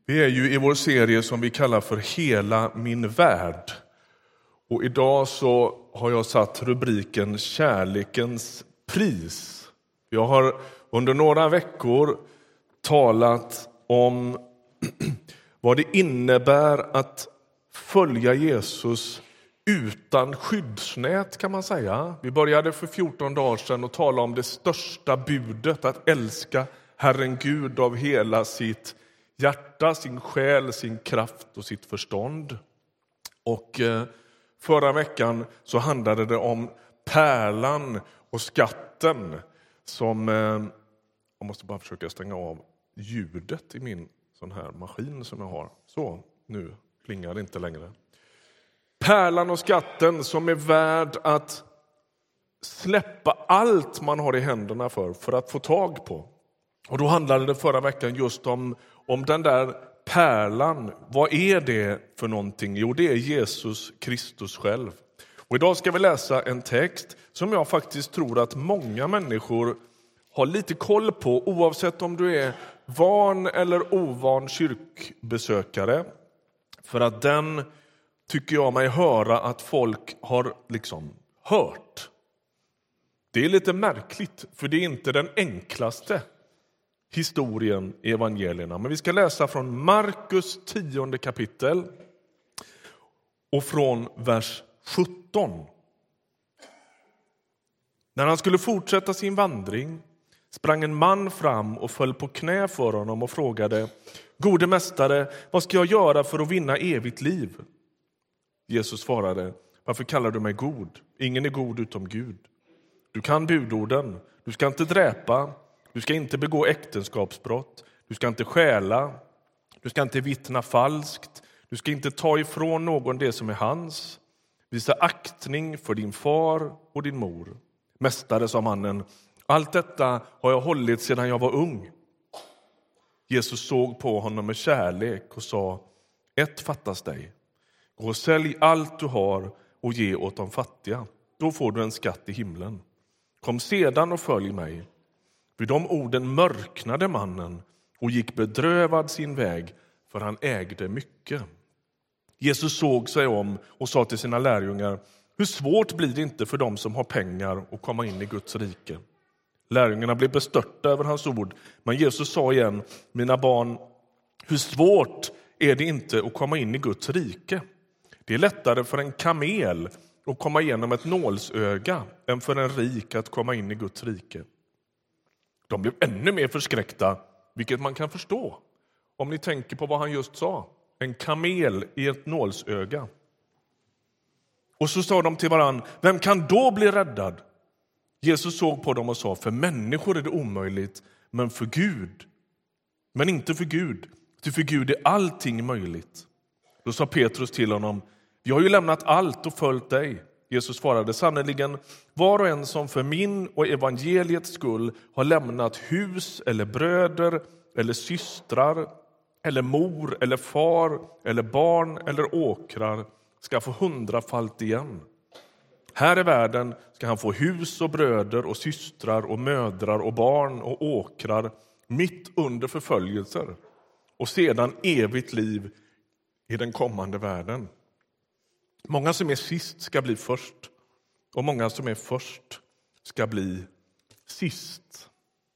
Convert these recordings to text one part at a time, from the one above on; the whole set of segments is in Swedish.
Vi är ju i vår serie som vi kallar för Hela min värld. Och idag så har jag satt rubriken Kärlekens pris. Jag har under några veckor talat om vad det innebär att följa Jesus utan skyddsnät, kan man säga. Vi började för 14 dagar sedan och tala om det största budet, att älska Herren Gud av hela sitt hjärta, sin själ, sin kraft och sitt förstånd. Och förra veckan så handlade det om pärlan och skatten som... Jag måste bara försöka stänga av ljudet i min sån här maskin som jag har. Så, nu klingar det inte längre. Pärlan och skatten som är värd att släppa allt man har i händerna för att få tag på. Och då handlade det förra veckan just om den där pärlan. Vad är det för någonting? Jo, det är Jesus Kristus själv. Och idag ska vi läsa en text som jag faktiskt tror att många människor har lite koll på, oavsett om du är van eller ovan kyrkbesökare. För att den tycker jag mig höra att folk har liksom hört. Det är lite märkligt, för det är inte den enklaste historien i evangelierna. Men vi ska läsa från Markus 10 kapitel och från vers 17. När han skulle fortsätta sin vandring sprang en man fram och föll på knä för honom och frågade: Gode mästare, vad ska jag göra för att vinna evigt liv? Jesus svarade: Varför kallar du mig god? Ingen är god utom Gud. Du kan budorden. Du ska inte dräpa. Du ska inte begå äktenskapsbrott. Du ska inte stjäla. Du ska inte vittna falskt. Du ska inte ta ifrån någon det som är hans. Visa aktning för din far och din mor. Mästare, sa mannen, allt detta har jag hållit sedan jag var ung. Jesus såg på honom med kärlek och sa: Ett fattas dig. Gå och sälj allt du har och ge åt de fattiga. Då får du en skatt i himlen. Kom sedan och följ mig. Vid de orden mörknade mannen och gick bedrövad sin väg, för han ägde mycket. Jesus såg sig om och sa till sina lärjungar: Hur svårt blir det inte för dem som har pengar att komma in i Guds rike? Lärjungarna blev bestörta över hans ord, men Jesus sa igen: Mina barn, hur svårt är det inte att komma in i Guds rike? Det är lättare för en kamel att komma igenom ett nålsöga än för en rik att komma in i Guds rike. De blev ännu mer förskräckta, vilket man kan förstå om ni tänker på vad han just sa. En kamel i ett nålsöga. Och så sa de till varann: Vem kan då bli räddad? Jesus såg på dem och sa: För människor är det omöjligt, men inte för Gud. Ty för Gud är allting möjligt. Då sa Petrus till honom: Vi har ju lämnat allt och följt dig. Jesus svarade: Sannoliken, var och en som för min och evangeliets skull har lämnat hus eller bröder eller systrar eller mor eller far eller barn eller åkrar ska få 100-falt igen. Här i världen ska han få hus och bröder och systrar och mödrar och barn och åkrar mitt under förföljelser, och sedan evigt liv i den kommande världen. Många som är sist ska bli först, och många som är först ska bli sist.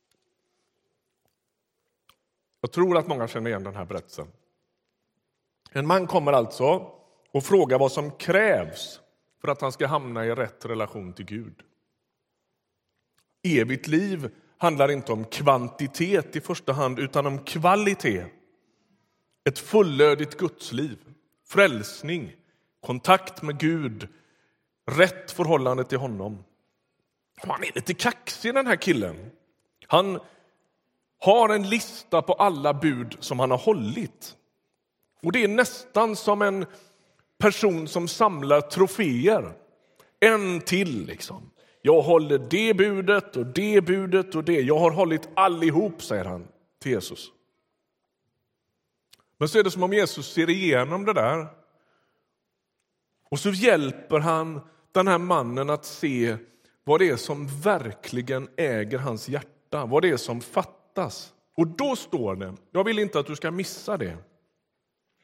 Jag tror att många känner igen den här berättelsen. En man kommer alltså och frågar vad som krävs för att han ska hamna i rätt relation till Gud. Evigt liv handlar inte om kvantitet i första hand, utan om kvalitet. Ett fullödigt gudsliv, frälsning, kontakt med Gud, rätt förhållande till honom. Han är lite kaxig, den här killen. Han har en lista på alla bud som han har hållit. Och det är nästan som en person som samlar troféer. En till liksom. Jag håller det budet och det budet och det. Jag har hållit allihop, säger han till Jesus. Men så är det som om Jesus ser igenom det där. Och så hjälper han den här mannen att se vad det är som verkligen äger hans hjärta. Vad det är som fattas. Och då står det, jag vill inte att du ska missa det.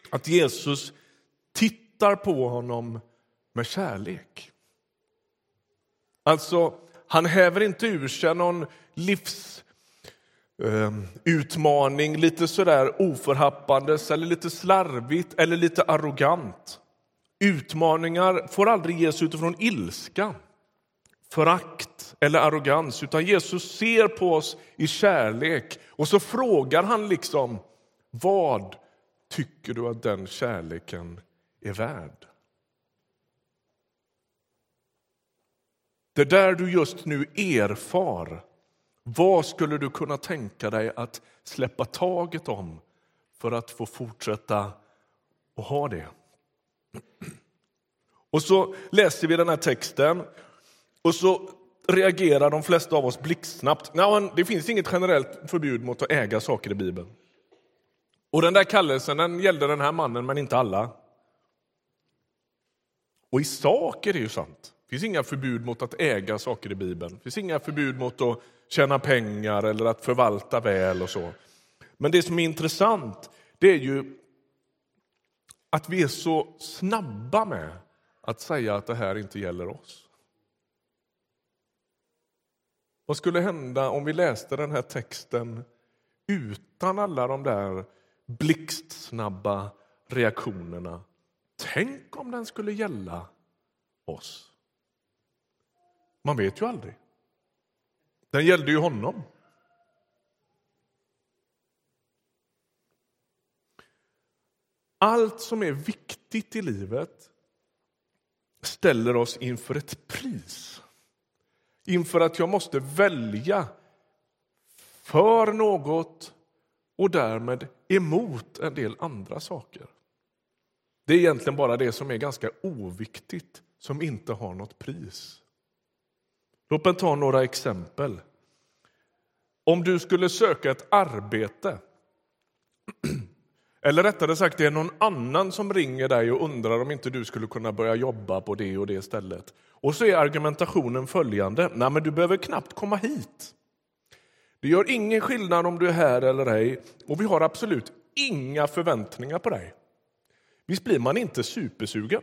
att Jesus tittar på honom med kärlek. Alltså, han häver inte ur sig någon livsutmaning lite sådär oförhappandes eller lite slarvigt eller lite arrogant. Utmaningar får aldrig ges utifrån ilska, förakt eller arrogans, utan Jesus ser på oss i kärlek och så frågar han liksom: vad tycker du att den kärleken är värd? Det där du just nu erfar, vad skulle du kunna tänka dig att släppa taget om för att få fortsätta att ha det? Och så läser vi den här texten och så reagerar de flesta av oss blixtsnabbt. Nej, det finns inget generellt förbud mot att äga saker i Bibeln. Och den där kallelsen, den gällde den här mannen men inte alla. Och i sak är det ju sant. Det finns inga förbud mot att äga saker i Bibeln. Det finns inga förbud mot att tjäna pengar eller att förvalta väl och så. Men det som är intressant, det är ju att vi är så snabba med att säga att det här inte gäller oss. Vad skulle hända om vi läste den här texten utan alla de där blixtsnabba reaktionerna? Tänk om den skulle gälla oss. Man vet ju aldrig. Den gällde ju honom. Allt som är viktigt i livet ställer oss inför ett pris. Inför att jag måste välja för något och därmed emot en del andra saker. Det är egentligen bara det som är ganska oviktigt som inte har något pris. Låt mig ta några exempel. Om du skulle söka ett arbete, eller rättare sagt det är någon annan som ringer dig och undrar om inte du skulle kunna börja jobba på det och det stället. Och så är argumentationen följande: nej, men du behöver knappt komma hit. Det gör ingen skillnad om du är här eller ej, och vi har absolut inga förväntningar på dig. Visst blir man inte supersugen?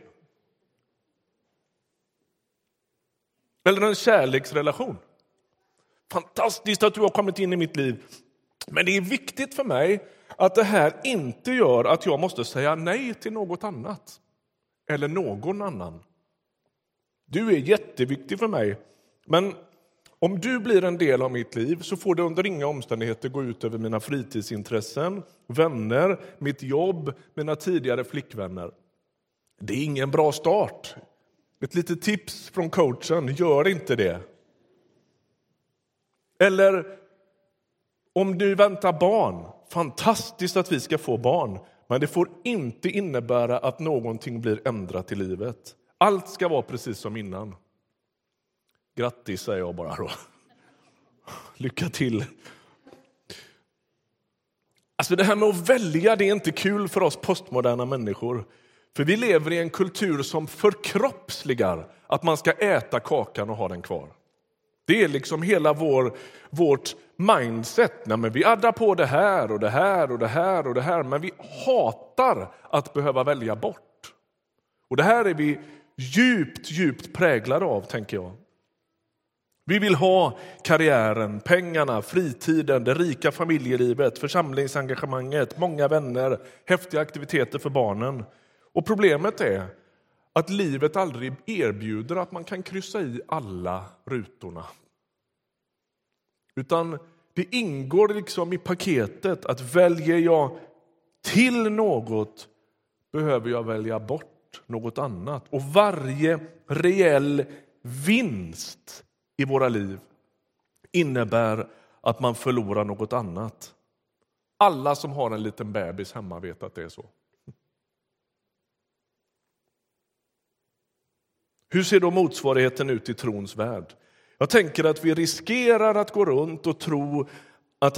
Eller en kärleksrelation. Fantastiskt att du har kommit in i mitt liv. Men det är viktigt för mig att det här inte gör att jag måste säga nej till något annat. Eller någon annan. Du är jätteviktig för mig. Men om du blir en del av mitt liv så får det under inga omständigheter gå ut över mina fritidsintressen, vänner, mitt jobb, mina tidigare flickvänner. Det är ingen bra start. Ett litet tips från coachen: gör inte det. Eller om du väntar barn, fantastiskt att vi ska få barn, men det får inte innebära att någonting blir ändrat i livet. Allt ska vara precis som innan. Grattis säger jag bara då. Lycka till. Alltså det här med att välja, det är inte kul för oss postmoderna människor. För vi lever i en kultur som förkroppsligar att man ska äta kakan och ha den kvar. Det är liksom hela vårt mindset. Nej, men vi addar på det här och det här och det här och det här. Men vi hatar att behöva välja bort. Och det här är vi djupt präglade av, tänker jag. Vi vill ha karriären, pengarna, fritiden, det rika familjelivet, församlingsengagemanget, många vänner, häftiga aktiviteter för barnen. Och problemet är att livet aldrig erbjuder att man kan kryssa i alla rutorna. Utan det ingår liksom i paketet att väljer jag till något behöver jag välja bort något annat. Och varje reell vinst i våra liv innebär att man förlorar något annat. Alla som har en liten bebis hemma vet att det är så. Hur ser då motsvarigheten ut i trons värld? Jag tänker att vi riskerar att gå runt och tro att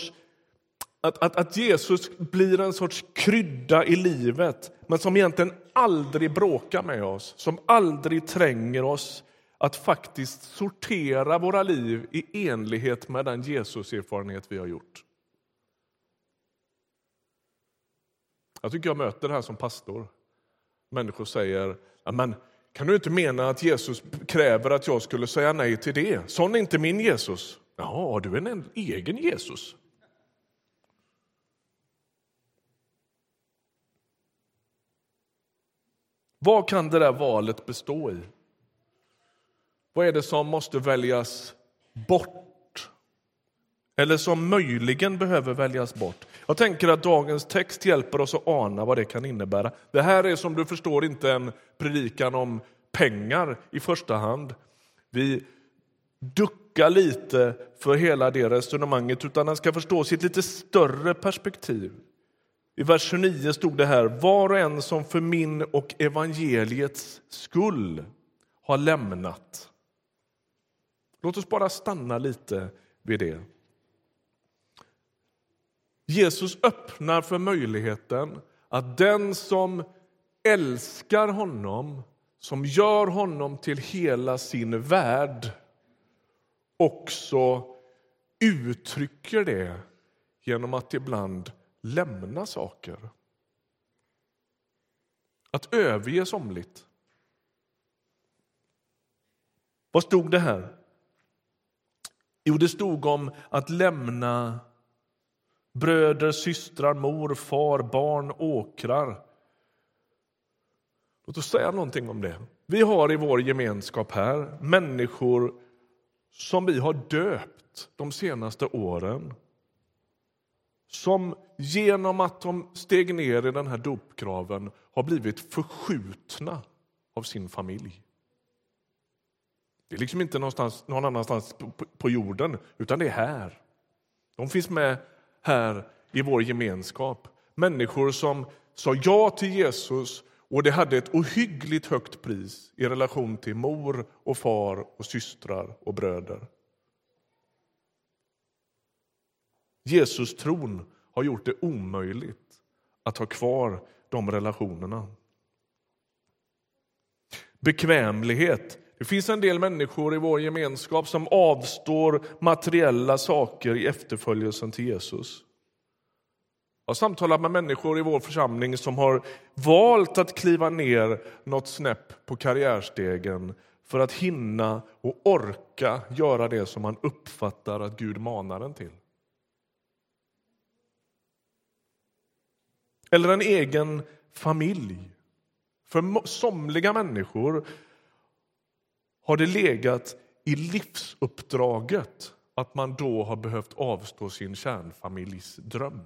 att Jesus blir en sorts krydda i livet, men som egentligen aldrig bråkar med oss, som aldrig tränger oss att faktiskt sortera våra liv i enlighet med den Jesus-erfarenhet vi har gjort. Jag tycker jag möter det här som pastor. Människor säger, men kan du inte mena att Jesus kräver att jag skulle säga nej till det? Sån är inte min Jesus. Ja, du är en egen Jesus. Vad kan det där valet bestå i? Vad är det som måste väljas bort? Eller som möjligen behöver väljas bort? Jag tänker att dagens text hjälper oss att ana vad det kan innebära. Det här är som du förstår inte en predikan om pengar i första hand. Vi duckar lite för hela det resonemanget, utan den ska förstås i ett lite större perspektiv. I vers 29 stod det här: var och en som för min och evangeliets skull har lämnat. Låt oss bara stanna lite vid det. Jesus öppnar för möjligheten att den som älskar honom, som gör honom till hela sin värld, också uttrycker det genom att ibland lämna saker. Att överge somligt. Vad stod det här? Jo, det stod om att lämna bröder, systrar, mor, far, barn, åkrar. Låt oss säga någonting om det. Vi har i vår gemenskap här människor som vi har döpt de senaste åren. Som genom att de steg ner i den här dopgraven har blivit förskjutna av sin familj. Det är liksom inte någon annanstans på jorden, utan det är här. De finns med här i vår gemenskap. Människor som sa ja till Jesus, och det hade ett ohyggligt högt pris i relation till mor och far och systrar och bröder. Jesus-tron har gjort det omöjligt att ha kvar de relationerna. Bekvämlighet. Det finns en del människor i vår gemenskap som avstår materiella saker i efterföljelsen till Jesus. Jag har samtalat med människor i vår församling som har valt att kliva ner något snäpp på karriärstegen för att hinna och orka göra det som man uppfattar att Gud manar en till. Eller en egen familj. För somliga människor har det legat i livsuppdraget att man då har behövt avstå sin kärnfamiljs dröm.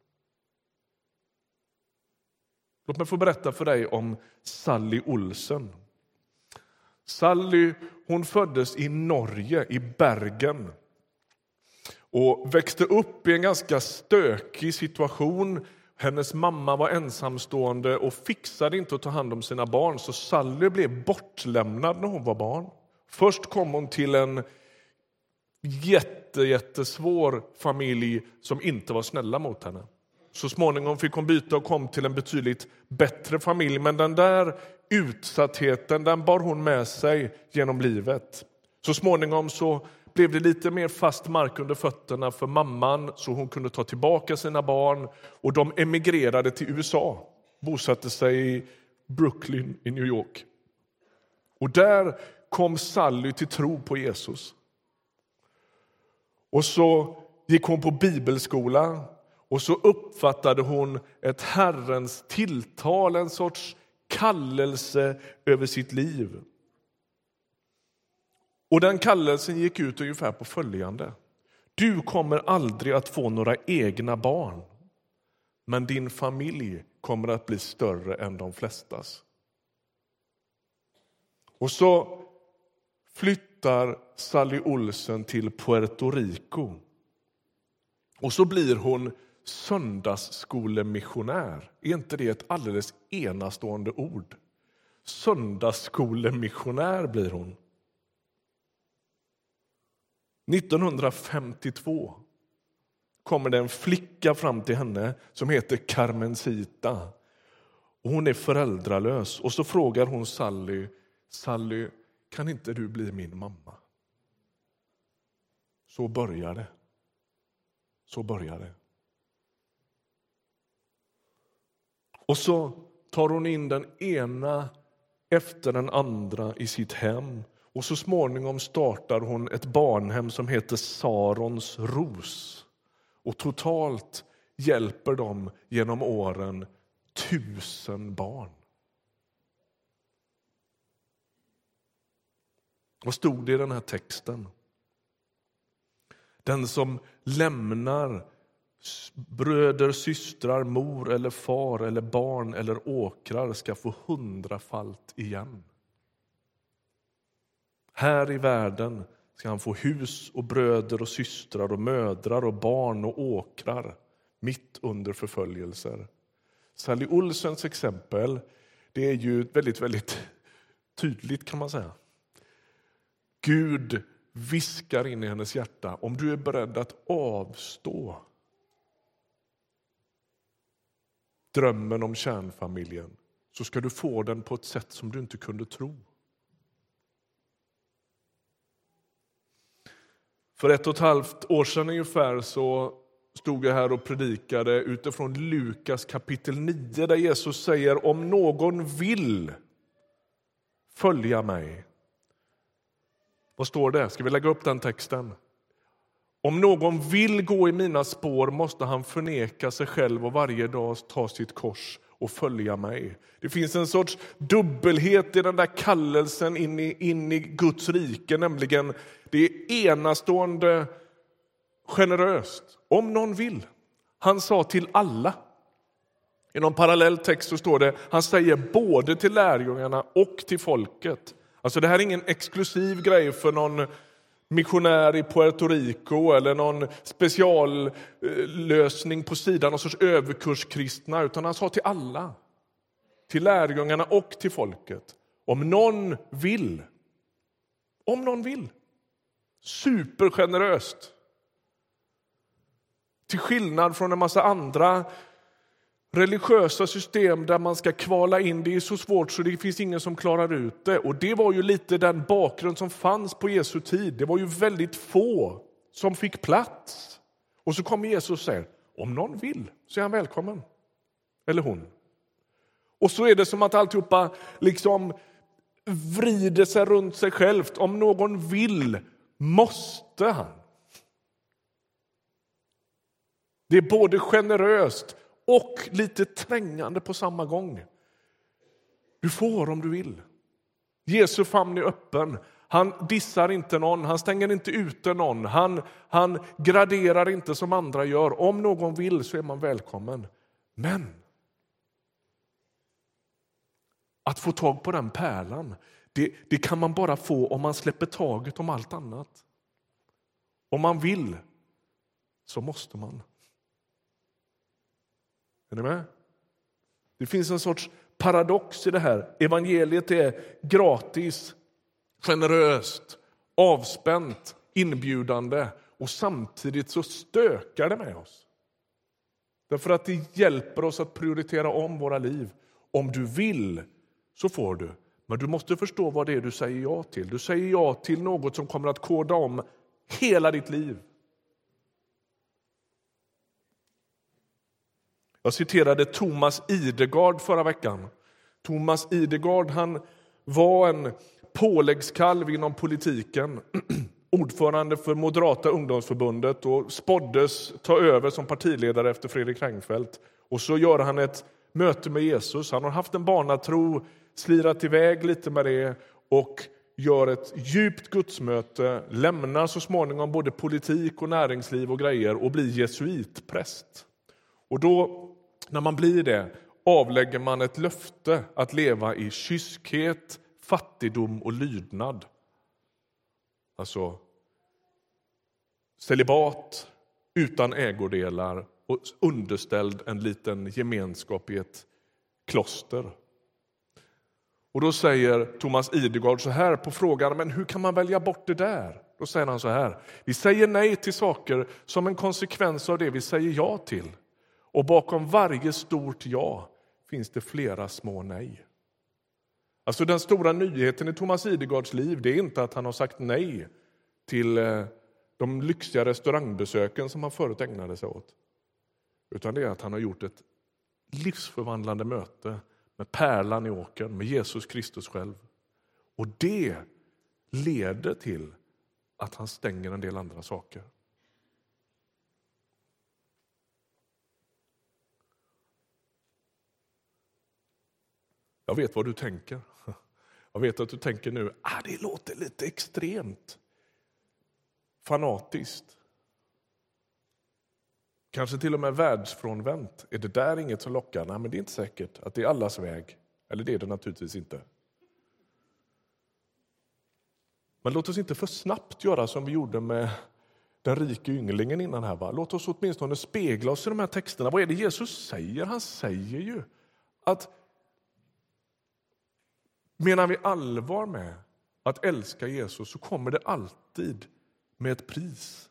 Låt mig få berätta för dig om Sally Olsen. Sally, hon föddes i Norge, i Bergen. Och växte upp i en ganska stökig situation. Hennes mamma var ensamstående och fixade inte att ta hand om sina barn. Så Sally blev bortlämnad när hon var barn. Först kom hon till en jättesvår familj som inte var snälla mot henne. Så småningom fick hon byta och kom till en betydligt bättre familj. Men den där utsattheten, den bar hon med sig genom livet. Så småningom så blev det lite mer fast mark under fötterna för mamman, så hon kunde ta tillbaka sina barn. Och de emigrerade till USA, bosatte sig i Brooklyn i New York. Och där kom Sally till tro på Jesus. Och så gick hon på bibelskola. Och så uppfattade hon ett Herrens tilltal, en sorts kallelse över sitt liv. Och den kallelsen gick ut ungefär på följande: du kommer aldrig att få några egna barn, men din familj kommer att bli större än de flestas. Och så flyttar Sally Olsen till Puerto Rico. Och så blir hon söndagsskolemissionär. Är inte det ett alldeles enastående ord? Söndagsskolemissionär blir hon. 1952 kommer det en flicka fram till henne som heter Carmencita. Och hon är föräldralös. Och så frågar hon Sally: Sally, kan inte du bli min mamma? Så börjar det. Så börjar det. Och så tar hon in den ena efter den andra i sitt hem. Och så småningom startar hon ett barnhem som heter Sarons ros. Och totalt hjälper de genom åren 1000 barn. Vad stod det i den här texten? Den som lämnar bröder, systrar, mor eller far eller barn eller åkrar ska få 100-falt igen. Här i världen ska han få hus och bröder och systrar och mödrar och barn och åkrar mitt under förföljelser. Sally Olsens exempel, det är ju väldigt, väldigt tydligt kan man säga. Gud viskar in i hennes hjärta, om du är beredd att avstå drömmen om kärnfamiljen så ska du få den på ett sätt som du inte kunde tro. För 1,5 år sedan ungefär så stod jag här och predikade utifrån Lukas kapitel 9 där Jesus säger, om någon vill följa mig. Vad står det? Ska vi lägga upp den texten? Om någon vill gå i mina spår måste han förneka sig själv och varje dag ta sitt kors och följa mig. Det finns en sorts dubbelhet i den där kallelsen in i Guds rike, nämligen det är enastående generöst. Om någon vill. Han sa till alla. I någon parallell text så står det, han säger både till lärjungarna och till folket. Alltså det här är ingen exklusiv grej för någon missionär i Puerto Rico eller någon speciallösning på sidan, någon sorts överkurskristna, utan han sa till alla, till lärjungarna och till folket. Om någon vill. Om någon vill. Supergeneröst. Till skillnad från en massa andra religiösa system där man ska kvala in, det är så svårt så det finns ingen som klarar ut det. Och det var ju lite den bakgrund som fanns på Jesu tid. Det var ju väldigt få som fick plats. Och så kommer Jesus och säger, om någon vill så är han välkommen. Eller hon. Och så är det som att alltihopa liksom vrider sig runt sig självt. Om någon vill måste han. Det är både generöst och lite trängande på samma gång. Du får om du vill. Jesu famn är öppen. Han dissar inte någon. Han stänger inte ute någon. Han graderar inte som andra gör. Om någon vill så är man välkommen. Men att få tag på den pärlan, det kan man bara få om man släpper taget om allt annat. Om man vill så måste man. Är ni med? Det finns en sorts paradox i det här. Evangeliet är gratis, generöst, avspänt, inbjudande och samtidigt så stökar det med oss. Därför att det hjälper oss att prioritera om våra liv. Om du vill så får du. Men du måste förstå vad det är du säger ja till. Du säger ja till något som kommer att koda om hela ditt liv. Jag citerade Thomas Idegard förra veckan. Thomas Idegard, han var en påläggskalv inom politiken. Ordförande för Moderata ungdomsförbundet och spåddes ta över som partiledare efter Fredrik Reinfeldt. Och så gör han ett möte med Jesus. Han har haft en barnatro, slirat iväg lite med det och gör ett djupt gudsmöte. Lämnar så småningom både politik och näringsliv och grejer och blir jesuitpräst. Och då, när man blir det, avlägger man ett löfte att leva i kyskhet, fattigdom och lydnad. Alltså celibat, utan ägodelar och underställd en liten gemenskap i ett kloster. Och då säger Thomas Idegard så här på frågan, men hur kan man välja bort det där? Då säger han så här, vi säger nej till saker som en konsekvens av det vi säger ja till. Och bakom varje stort ja finns det flera små nej. Alltså den stora nyheten i Thomas Idegards liv, det är inte att han har sagt nej till de lyxiga restaurangbesöken som han förut ägnade sig åt. Utan det är att han har gjort ett livsförvandlande möte med pärlan i åkern, med Jesus Kristus själv. Och det leder till att han stänger en del andra saker. Jag vet vad du tänker. Jag vet att du tänker nu, det låter lite extremt fanatiskt. Kanske till och med världsfrånvänt. Är det där inget som lockar? Nej, men det är inte säkert att det är allas väg. Eller det är det naturligtvis inte. Men låt oss inte för snabbt göra som vi gjorde med den rike ynglingen innan här. Va? Låt oss åtminstone spegla oss i de här texterna. Vad är det Jesus säger? Han säger ju att menar vi allvar med att älska Jesus så kommer det alltid med ett pris.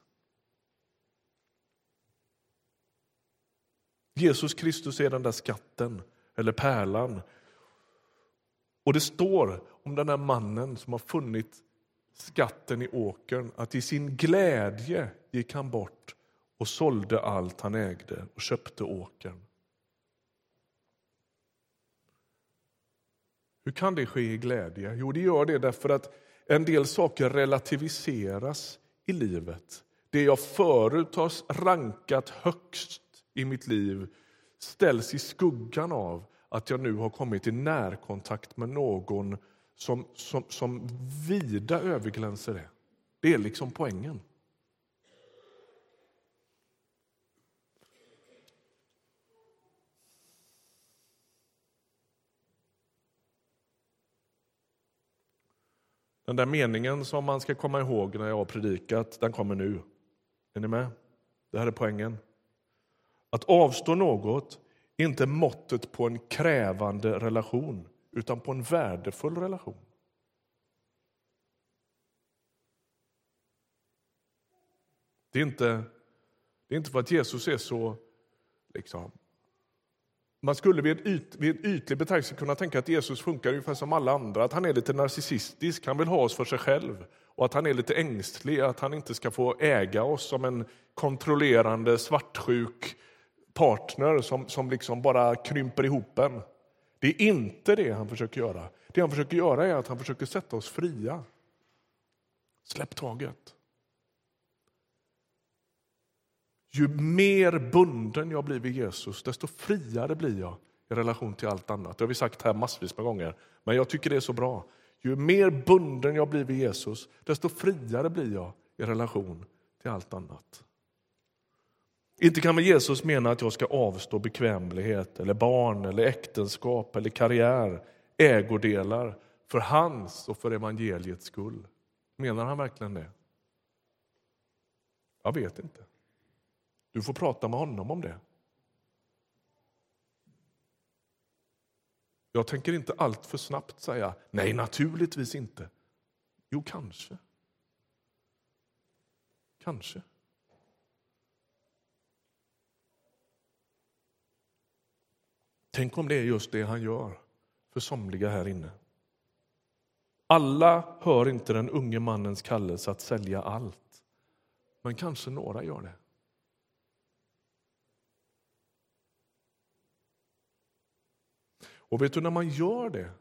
Jesus Kristus är den där skatten eller pärlan. Och det står om den här mannen som har funnit skatten i åkern att i sin glädje gick han bort och sålde allt han ägde och köpte åkern. Hur kan det ske i glädje? Jo, det gör det därför att en del saker relativiseras i livet. Det jag förut har rankat högst i mitt liv ställs i skuggan av att jag nu har kommit i närkontakt med någon som vida överglänser det. Det är liksom poängen. Den där meningen som man ska komma ihåg när jag har predikat, den kommer nu. Är ni med? Det här är poängen. Att avstå något är inte måttet på en krävande relation, utan på en värdefull relation. Det är inte för att Jesus är så liksom. Man skulle vid en ytlig betraktelse kunna tänka att Jesus funkar ungefär som alla andra. Att han är lite narcissistisk, han vill ha oss för sig själv. Och att han är lite ängslig, att han inte ska få äga oss som en kontrollerande, svartsjuk partner som liksom bara krymper ihop en. Det är inte det han försöker göra. Det han försöker göra är att han försöker sätta oss fria. Släpp taget. Ju mer bunden jag blir vid Jesus, desto friare blir jag i relation till allt annat. Det har vi sagt här massvis med gånger, men jag tycker det är så bra. Ju mer bunden jag blir vid Jesus, desto friare blir jag i relation till allt annat. Inte kan väl Jesus mena att jag ska avstå bekvämlighet, eller barn, eller äktenskap, eller karriär, ägodelar för hans och för evangeliets skull. Menar han verkligen det? Jag vet inte. Du får prata med honom om det. Jag tänker inte allt för snabbt säga, nej naturligtvis inte. Jo, kanske. Kanske. Tänk om det är just det han gör för somliga här inne. Alla hör inte den unge mannens kallelse att sälja allt. Men kanske några gör det. Och vet du, när man gör det,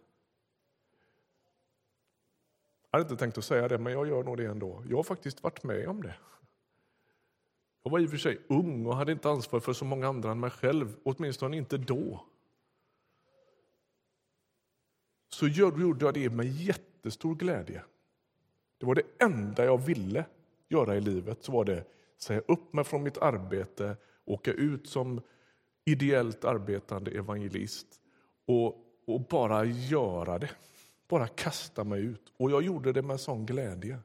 jag hade inte tänkt att säga det, men jag gör nog det ändå. Jag har faktiskt varit med om det. Jag var i och för sig ung och hade inte ansvar för så många andra än mig själv, åtminstone inte då. Så gjorde jag det med jättestor glädje. Det var det enda jag ville göra i livet, så var det säga upp mig från mitt arbete, åka ut som ideellt arbetande evangelist och bara göra det. Bara kasta mig ut. Och jag gjorde det med sån glädje.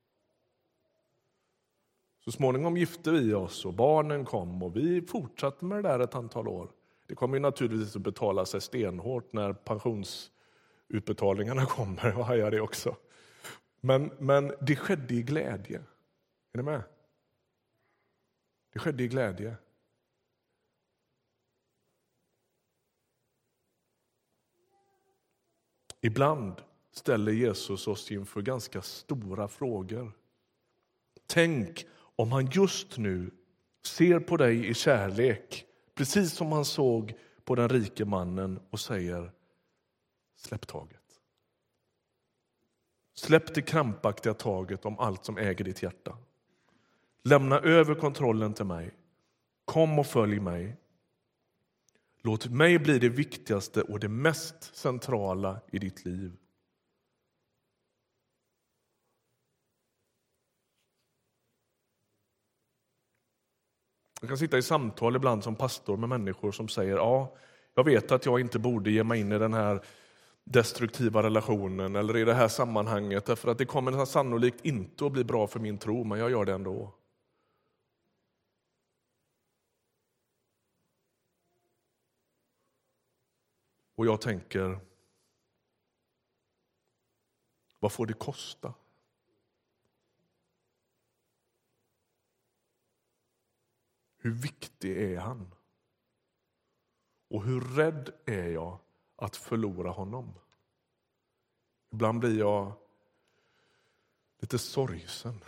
Så småningom gifte vi oss och barnen kom och vi fortsatte med det där ett antal år. Det kommer ju naturligtvis att betala sig stenhårt när pensionsutbetalningarna kommer. Och hajar det också. Men det skedde i glädje. Är ni med? Det skedde i glädje. Ibland ställer Jesus oss inför ganska stora frågor. Tänk om han just nu ser på dig i kärlek, precis som han såg på den rike mannen och säger: släpp taget. Släpp det krampaktiga taget om allt som äger ditt hjärta. Lämna över kontrollen till mig. Kom och följ mig. Låt mig bli det viktigaste och det mest centrala i ditt liv. Jag kan sitta i samtal ibland som pastor med människor som säger: ja, jag vet att jag inte borde ge mig in i den här destruktiva relationen eller i det här sammanhanget, därför att det kommer sannolikt inte att bli bra för min tro, men jag gör det ändå. Och jag tänker, vad får det kosta? Hur viktig är han? Och hur rädd är jag att förlora honom? Ibland blir jag lite sorgsen.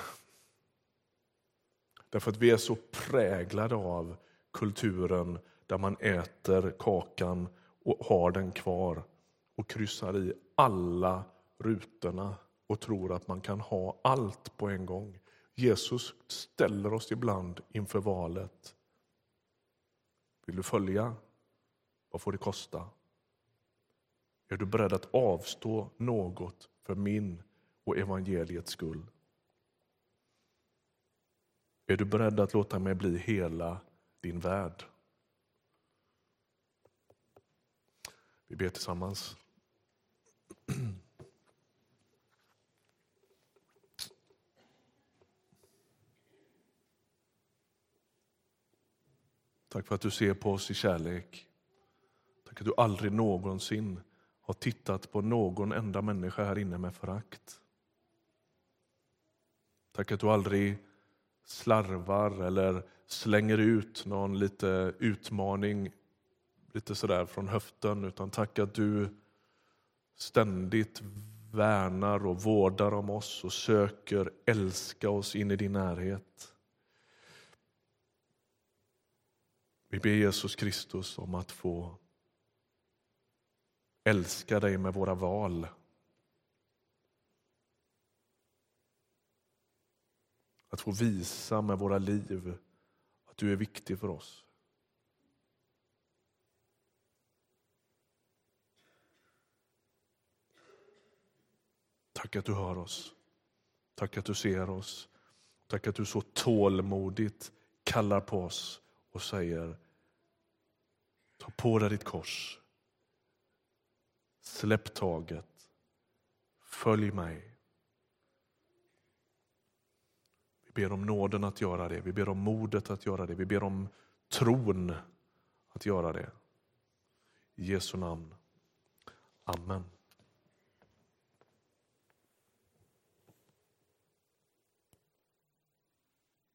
Därför att vi är så präglade av kulturen där man äter kakan och har den kvar och kryssar i alla rutorna och tror att man kan ha allt på en gång. Jesus ställer oss ibland inför valet. Vill du följa? Vad får det kosta? Är du beredd att avstå något för min och evangeliets skull? Är du beredd att låta mig bli hela din värld? Vi ber tillsammans. Tack för att du ser på oss i kärlek. Tack att du aldrig någonsin har tittat på någon enda människa här inne med förakt. Tack att du aldrig slarvar eller slänger ut någon lite utmaning lite sådär från höften, utan tack att du ständigt värnar och vårdar om oss och söker älska oss in i din närhet. Vi ber Jesus Kristus om att få älska dig med våra val. Att få visa med våra liv att du är viktig för oss. Tack att du hör oss. Tack att du ser oss. Tack att du så tålmodigt kallar på oss och säger: ta på dig ditt kors. Släpp taget. Följ mig. Vi ber om nåden att göra det. Vi ber om modet att göra det. Vi ber om tron att göra det. I Jesu namn. Amen.